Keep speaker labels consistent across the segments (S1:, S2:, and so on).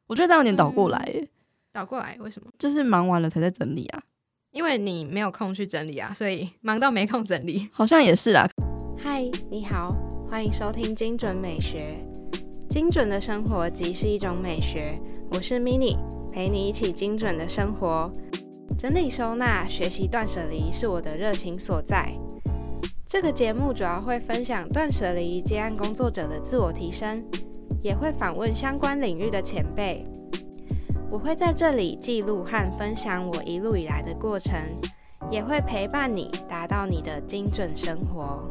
S1: 我觉得这样有点倒过来耶。
S2: 倒过来为什么？
S1: 就是忙完了才在整理啊。
S2: 因为你没有空去整理啊，所以忙到没空整理。
S1: 好像也是啦。
S3: 嗨，你好，欢迎收听精准美学。精准的生活即是一种美学，我是 Mini， 陪你一起精准的生活。整理收纳、学习断舍离是我的热情所在。这个节目主要会分享断舍离接案工作者的自我提升，也会访问相关领域的前辈。我会在这里记录和分享我一路以来的过程，也会陪伴你达到你的精准生活。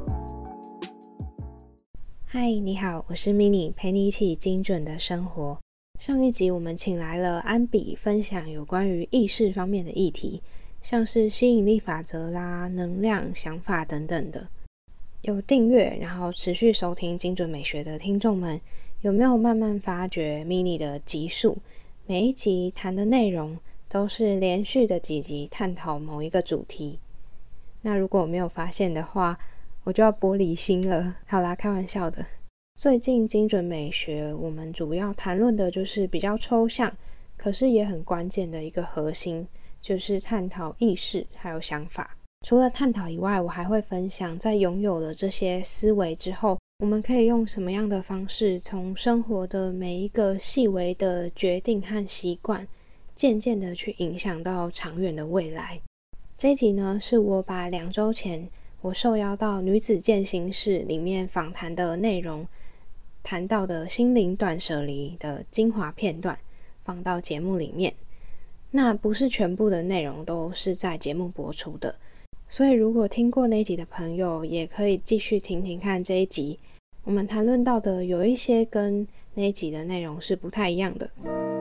S3: 嗨，你好，我是 Mini， 陪你一起精准的生活。上一集我们请来了安比分享有关于意识方面的议题，像是吸引力法则啦、能量、想法等等的。有订阅然后持续收听精准美学的听众们，有没有慢慢发觉 Mini 的集数？每一集谈的内容都是连续的几集探讨某一个主题。那如果我没有发现的话，我就要玻璃心了。好啦，开玩笑的。最近精准美学我们主要谈论的就是比较抽象，可是也很关键的一个核心，就是探讨意识还有想法。除了探讨以外，我还会分享在拥有了这些思维之后，我们可以用什么样的方式，从生活的每一个细微的决定和习惯，渐渐的去影响到长远的未来。这一集呢，是我把2周前我受邀到女子健心室里面访谈的内容，谈到的心灵断舍离的精华片段，放到节目里面。那不是全部的内容都是在节目播出的，所以如果听过那一集的朋友，也可以继续听听看这一集。我们谈论到的有一些跟那一集的内容是不太一样的。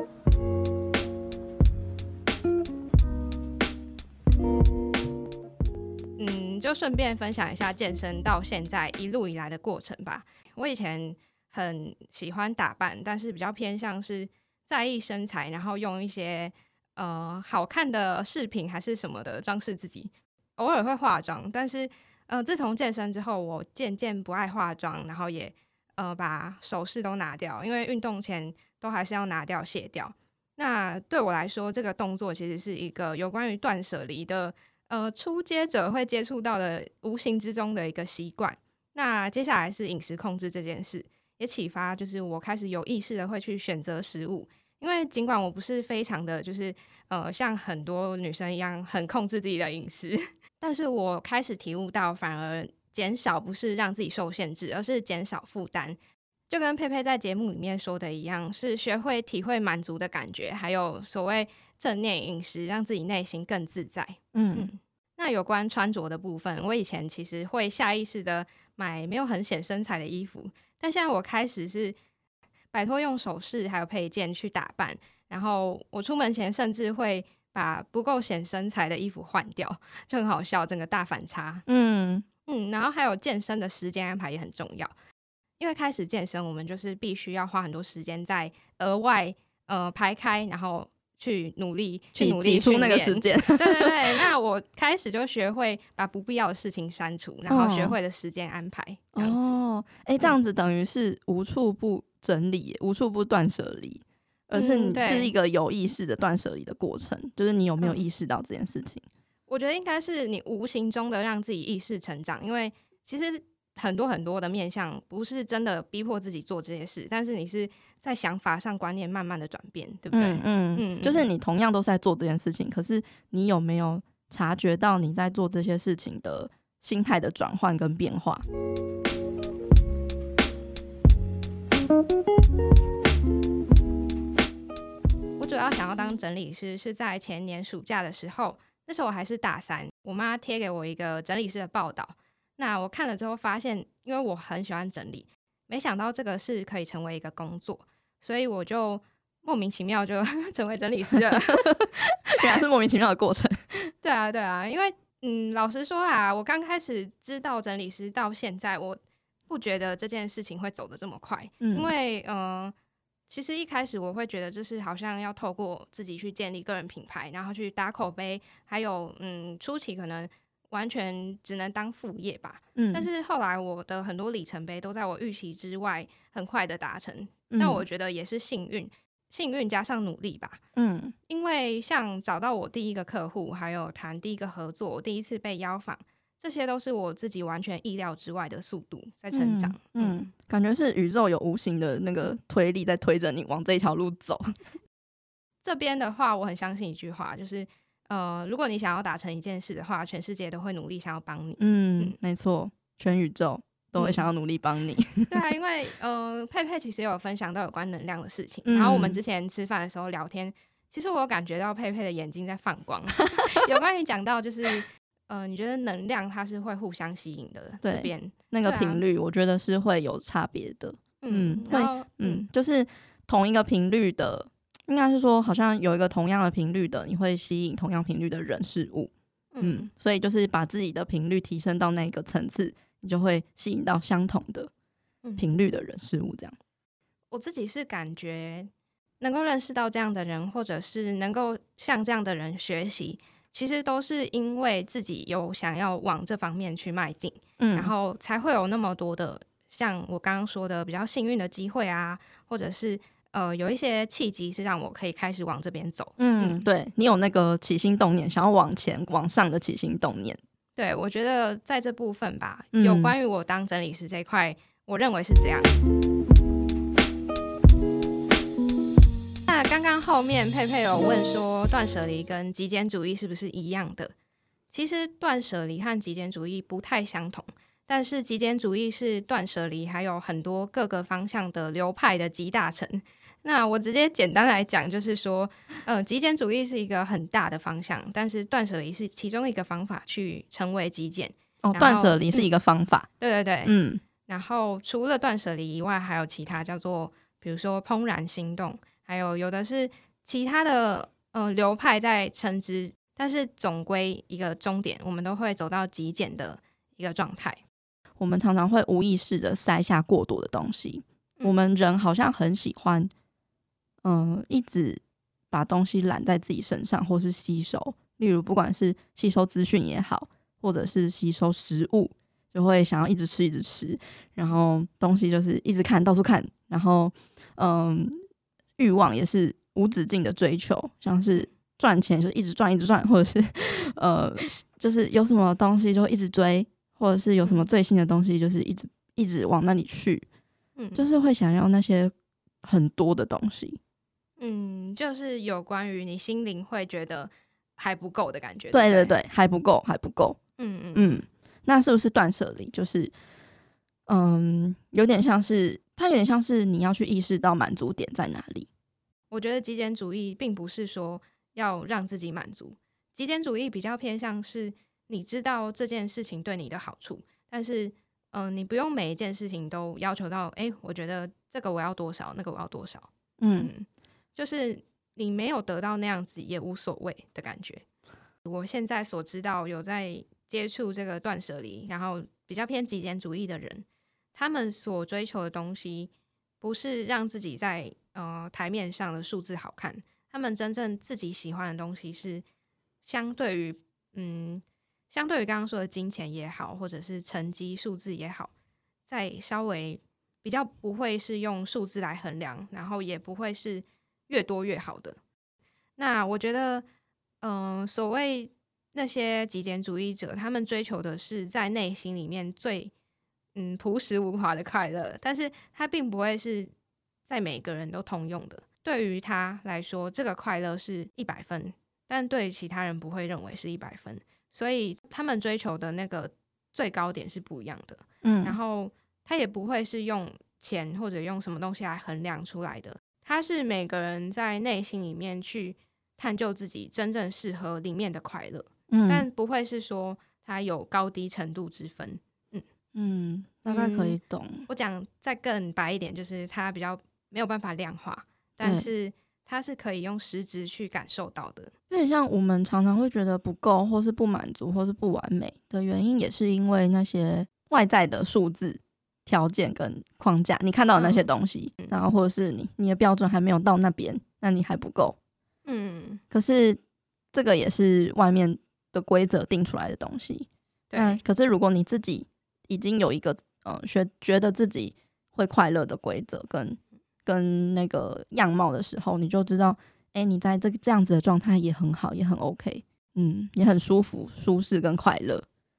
S2: 就顺便分享一下健身到现在一路以来的过程吧。我以前很喜欢打扮，但是比较偏向是在意身材，然后用一些好看的饰品还是什么的装饰自己。偶尔会化妆，但是自从健身之后，我渐渐不爱化妆，然后也把首饰都拿掉，因为运动前都还是要拿掉卸掉。那对我来说，这个动作其实是一个有关于断舍离的初阶者会接触到的无形之中的一个习惯。那接下来是饮食控制这件事，也启发就是我开始有意识的会去选择食物。因为尽管我不是非常的就是像很多女生一样很控制自己的饮食，但是我开始体悟到，反而减少不是让自己受限制，而是减少负担。就跟佩佩在节目里面说的一样，是学会体会满足的感觉，还有所谓正念饮食，让自己内心更自在。那有关穿着的部分，我以前其实会下意识的买没有很显身材的衣服，但现在我开始是摆脱用首饰还有配件去打扮，然后我出门前甚至会把不够显身材的衣服换掉，就很好笑，整个大反差。然后还有健身的时间安排也很重要，因为开始健身我们就是必须要花很多时间在额外排开，然后去努力
S1: 挤出那个时间。
S2: 对对对，那我开始就学会把不必要的事情删除，然后学会了时间安排这样子。
S1: 这样子等于是无处不整理，无处不断舍离，而是你是一个有意识的断舍离的过程，就是你有没有意识到这件事情。
S2: 我觉得应该是你无形中的让自己意识成长，因为其实很多很多的面向不是真的逼迫自己做这些事，但是你是在想法上观念慢慢的转变，对不对？
S1: 就是你同样都是在做这件事情，可是你有没有察觉到你在做这些事情的心态的转换跟变化？
S2: 我主要想要当整理师是在前年暑假的时候，那时候我还是大3，我妈贴给我一个整理师的报道。那我看了之后发现，因为我很喜欢整理，没想到这个是可以成为一个工作，所以我就莫名其妙就成为整理师了。
S1: 原来是莫名其妙的过程。
S2: 对啊对啊，因为老实说啦，我刚开始知道整理师到现在，我不觉得这件事情会走得这么快。因为其实一开始我会觉得就是好像要透过自己去建立个人品牌，然后去打口碑，还有初期可能完全只能当副业吧。但是后来我的很多里程碑都在我预期之外很快的达成，那我觉得也是幸运。 幸运加上努力吧。因为像找到我第一个客户，还有谈第一个合作，第一次被邀访，这些都是我自己完全意料之外的速度在成长。
S1: 感觉是宇宙有无形的那个推力在推着你往这一条路走。
S2: 这边的话，我很相信一句话，就是如果你想要达成一件事的话，全世界都会努力想要帮你。
S1: 没错，全宇宙都会想要努力帮你。
S2: 对啊，因为佩佩其实有分享到有关能量的事情，然后我们之前吃饭的时候聊天，其实我有感觉到佩佩的眼睛在放光。有关于讲到就是你觉得能量它是会互相吸引的，
S1: 对，
S2: 这边
S1: 那个频率我觉得是会有差别的。就是同一个频率的，应该是说好像有一个同样的频率的，你会吸引同样频率的人事物。所以就是把自己的频率提升到那个层次，你就会吸引到相同的频率的人事物。这样，
S2: 我自己是感觉能够认识到这样的人，或者是能够向这样的人学习，其实都是因为自己有想要往这方面去迈进，然后才会有那么多的像我刚刚说的比较幸运的机会啊，或者是有一些契机是让我可以开始往这边走。
S1: 对，你有那个起心动念，想要往前往上的起心动念。
S2: 对，我觉得在这部分吧，有关于我当整理师这一块，我认为是这样。那刚刚后面佩佩有问说断舍离跟极简主义是不是一样的？其实断舍离和极简主义不太相同，但是极简主义是断舍离还有很多各个方向的流派的集大成。那我直接简单来讲，就是说极简主义是一个很大的方向，但是断舍离是其中一个方法去成为极简。
S1: 断舍离是一个方法。
S2: 对对对。然后除了断舍离以外，还有其他叫做比如说怦然心动，还有的是其他的流派在称之，但是总归一个终点，我们都会走到极简的一个状态。
S1: 我们常常会无意识的塞下过多的东西。我们人好像很喜欢一直把东西揽在自己身上，或是吸收，例如不管是吸收资讯也好，或者是吸收食物，就会想要一直吃一直吃，然后东西就是一直看到处看，然后欲望也是无止境的追求，像是赚钱就一直赚一直赚，或者是就是有什么东西就一直追，或者是有什么最新的东西就是一直往那里去，就是会想要那些很多的东西。
S2: 就是有关于你心灵会觉得还不够的感觉。
S1: 对对对，还不够还不够。那是不是断舍离就是有点像是它有点像是你要去意识到满足点在哪里。
S2: 我觉得极简主义并不是说要让自己满足，极简主义比较偏向是你知道这件事情对你的好处，但是你不用每一件事情都要求到我觉得这个我要多少，那个我要多少。就是你没有得到那样子也无所谓的感觉。我现在所知道有在接触这个断舍离，然后比较偏极简主义的人，他们所追求的东西不是让自己在台面上的数字好看，他们真正自己喜欢的东西是相对于刚刚说的金钱也好，或者是成绩数字也好，再稍微比较不会是用数字来衡量，然后也不会是越多越好的。那我觉得所谓那些极简主义者，他们追求的是在内心里面最朴实无华的快乐，但是他并不会是在每个人都通用的。对于他来说这个快乐是100分，但对于其他人不会认为是100分，所以他们追求的那个最高点是不一样的。然后他也不会是用钱或者用什么东西来衡量出来的，他是每个人在内心里面去探究自己真正适合里面的快乐。但不会是说他有高低程度之分。
S1: 大概可以懂。
S2: 我讲再更白一点，就是他比较没有办法量化，但是他是可以用实质去感受到的。
S1: 有点像我们常常会觉得不够，或是不满足，或是不完美的原因，也是因为那些外在的数字条件跟框架，你看到的那些东西，然后或者是你的标准还没有到那边，那你还不够。可是这个也是外面的规则定出来的东西。对。可是如果你自己已经有一个觉得自己会快乐的规则跟跟那个样貌的时候，你就知道你在这样子的状态也很好，也很 OK， 也很舒服、舒适跟快乐。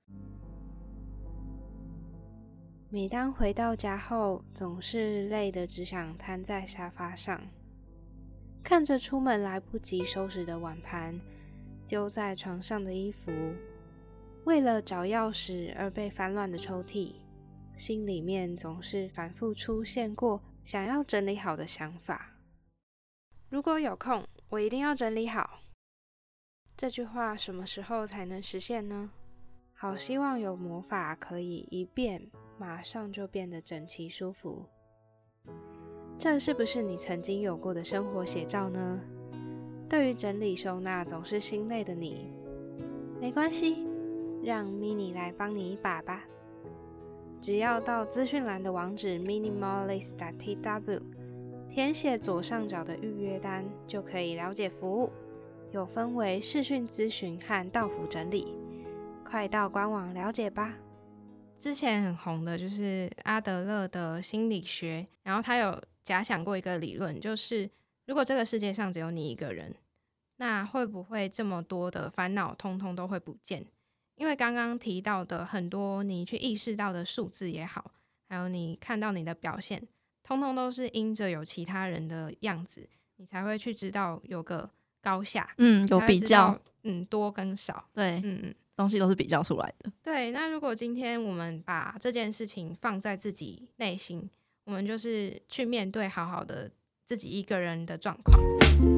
S3: 每当回到家后，总是累得只想瘫在沙发上，看着出门来不及收拾的碗盘，丢在床上的衣服，为了找钥匙而被翻乱的抽屉，心里面总是反复出现过想要整理好的想法。如果有空，我一定要整理好。这句话什么时候才能实现呢？好希望有魔法可以一变马上就变得整齐舒服。这是不是你曾经有过的生活写照呢？对于整理收纳总是心累的你，没关系，让 Mini 来帮你一把吧。只要到资讯栏的网址 minimalist.tw 填写左上角的预约单，就可以了解服务，有分为视讯咨询和到府整理，快到官网了解吧。
S2: 之前很红的就是阿德勒的心理学，然后他有假想过一个理论，就是如果这个世界上只有你一个人，那会不会这么多的烦恼通通都会不见？因为刚刚提到的很多你去意识到的数字也好，还有你看到你的表现，通通都是因着有其他人的样子，你才会去知道有个高下，
S1: 有比较，
S2: 多跟少，
S1: 对，东西都是比较出来的。
S2: 对，那如果今天我们把这件事情放在自己内心，我们就是去面对好好的自己一个人的状况。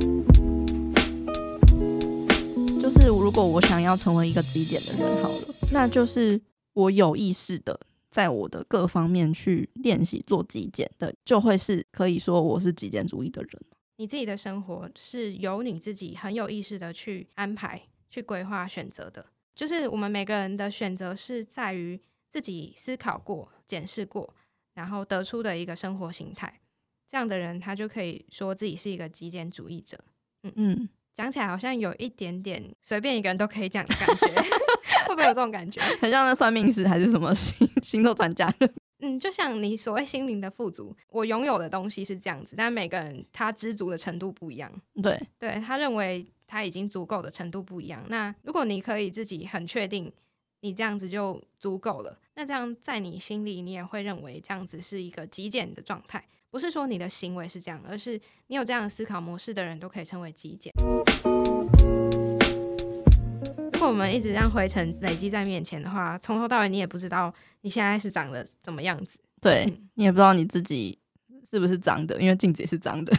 S1: 就是如果我想要成为一个极简的人好了，那就是我有意识的在我的各方面去练习做极简的，就会是可以说我是极简主义的人。
S2: 你自己的生活是由你自己很有意识的去安排、去规划、选择的。就是我们每个人的选择是在于自己思考过、检视过，然后得出的一个生活形态。这样的人他就可以说自己是一个极简主义者。讲起来好像有一点点随便一个人都可以讲的感觉会不会有这种感觉？
S1: 很像那算命师还是什么星座专家
S2: 就像你所谓心灵的富足，我拥有的东西是这样子，但每个人他知足的程度不一样。对，他认为他已经足够的程度不一样。那如果你可以自己很确定你这样子就足够了，那这样在你心里你也会认为这样子是一个极简的状态。不是说你的行为是这样，而是你有这样的思考模式的人都可以称为极简。如果我们一直让灰尘累积在面前的话，从头到尾你也不知道你现在是长得怎么样子。
S1: 对，你也不知道你自己是不是脏的，因为镜子也是脏的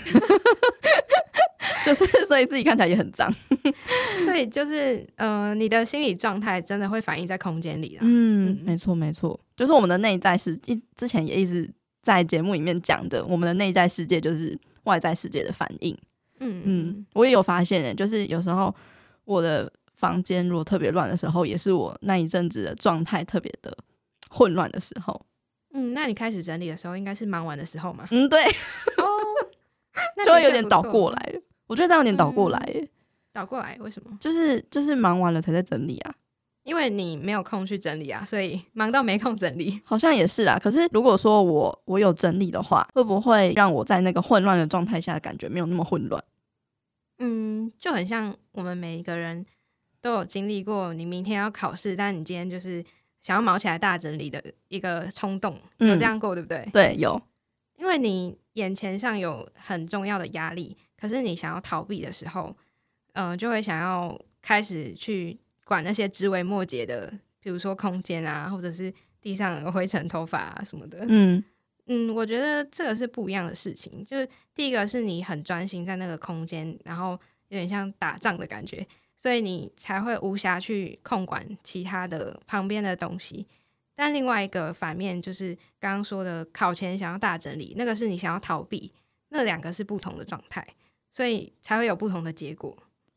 S1: 就是所以自己看起来也很脏
S2: 所以就是你的心理状态真的会反映在空间里啦。
S1: 没错没错，就是我们的内在世界，之前也一直在节目里面讲的，我们的内在世界就是外在世界的反应。我也有发现就是有时候我的房间如果特别乱的时候，也是我那一阵子的状态特别的混乱的时候。
S2: 那你开始整理的时候应该是忙完的时候吗？
S1: 对就会有点倒过来了。我觉得这样有点倒过来耶。
S2: 倒过来为什么？
S1: 就是忙完了才在整理啊。
S2: 因为你没有空去整理啊，所以忙到没空整理。
S1: 好像也是啦，可是如果说我有整理的话，会不会让我在那个混乱的状态下感觉没有那么混乱？
S2: 就很像我们每一个人都有经历过你明天要考试，但你今天就是想要毛起来大整理的一个冲动，有这样过对不对？
S1: 对，有。
S2: 因为你眼前上有很重要的压力，可是你想要逃避的时候就会想要开始去管那些枝微末节的，比如说空间啊，或者是地上有灰尘、头发啊什么的。我觉得这个是不一样的事情。就是第一个是你很专心在那个空间，然后有点像打仗的感觉，所以你才会无暇去控管其他的旁边的东西。但另外一个反面就是刚刚说的考前想要大整理，那个是你想要逃避，那两个是不同的状态，所以才会有不同的结果。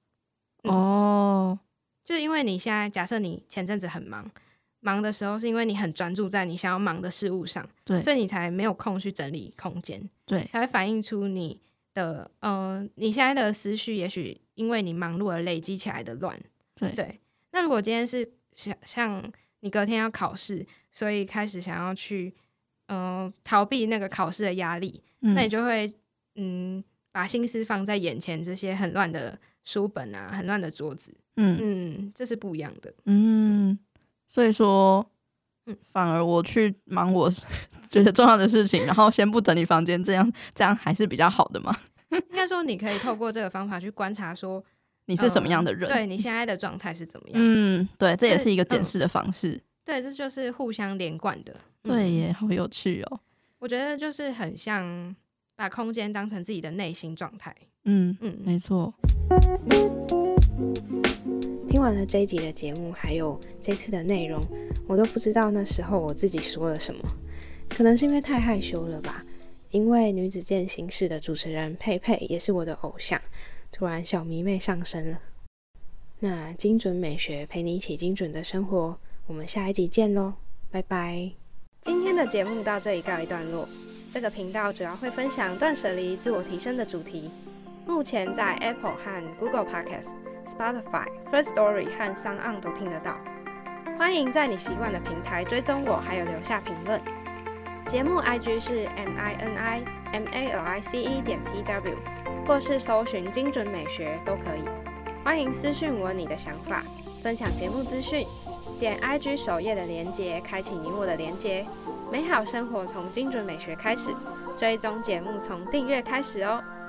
S2: 就是因为你现在假设你前阵子很忙的时候，是因为你很专注在你想要忙的事物上，对，所以你才没有空去整理空间，对，才会反映出你的你现在的思绪也许因为你忙碌而累积起来的乱。对，那如果今天是像你隔天要考试，所以开始想要去逃避那个考试的压力，那你就会把心思放在眼前这些很乱的书本啊，很乱的桌子，这是不一样的。
S1: 所以说，反而我去忙我觉得重要的事情，然后先不整理房间，这样还是比较好的嘛。
S2: 应该说，你可以透过这个方法去观察说
S1: 你是什么样的人，
S2: 对你现在的状态是怎么样。
S1: 对，这也是一个检视的方式。
S2: 对，这就是互相连贯的。
S1: 对耶，好有趣哦。
S2: 我觉得就是很像把空间当成自己的内心状态。
S1: 没错。
S3: 听完了这一集的节目，还有这次的内容，我都不知道那时候我自己说了什么，可能是因为太害羞了吧。因为女子健心室的主持人佩佩也是我的偶像，突然小迷妹上身了。那精准美学陪你一起精准的生活，我们下一集见咯，拜拜。今天的节目到这里告一段落。这个频道主要会分享断舍离、自我提升的主题，目前在 Apple 和 Google Podcast、Spotify、First Story 和 SoundOn 都听得到。欢迎在你习惯的平台追踪我，还有留下评论。节目 IG 是 MINIMALICE.TW， 或是搜寻精准美学都可以。欢迎私讯我你的想法，分享节目资讯。点 IG 首页的连结，开启你我的连结。美好生活从精准美学开始，追踪节目从订阅开始哦。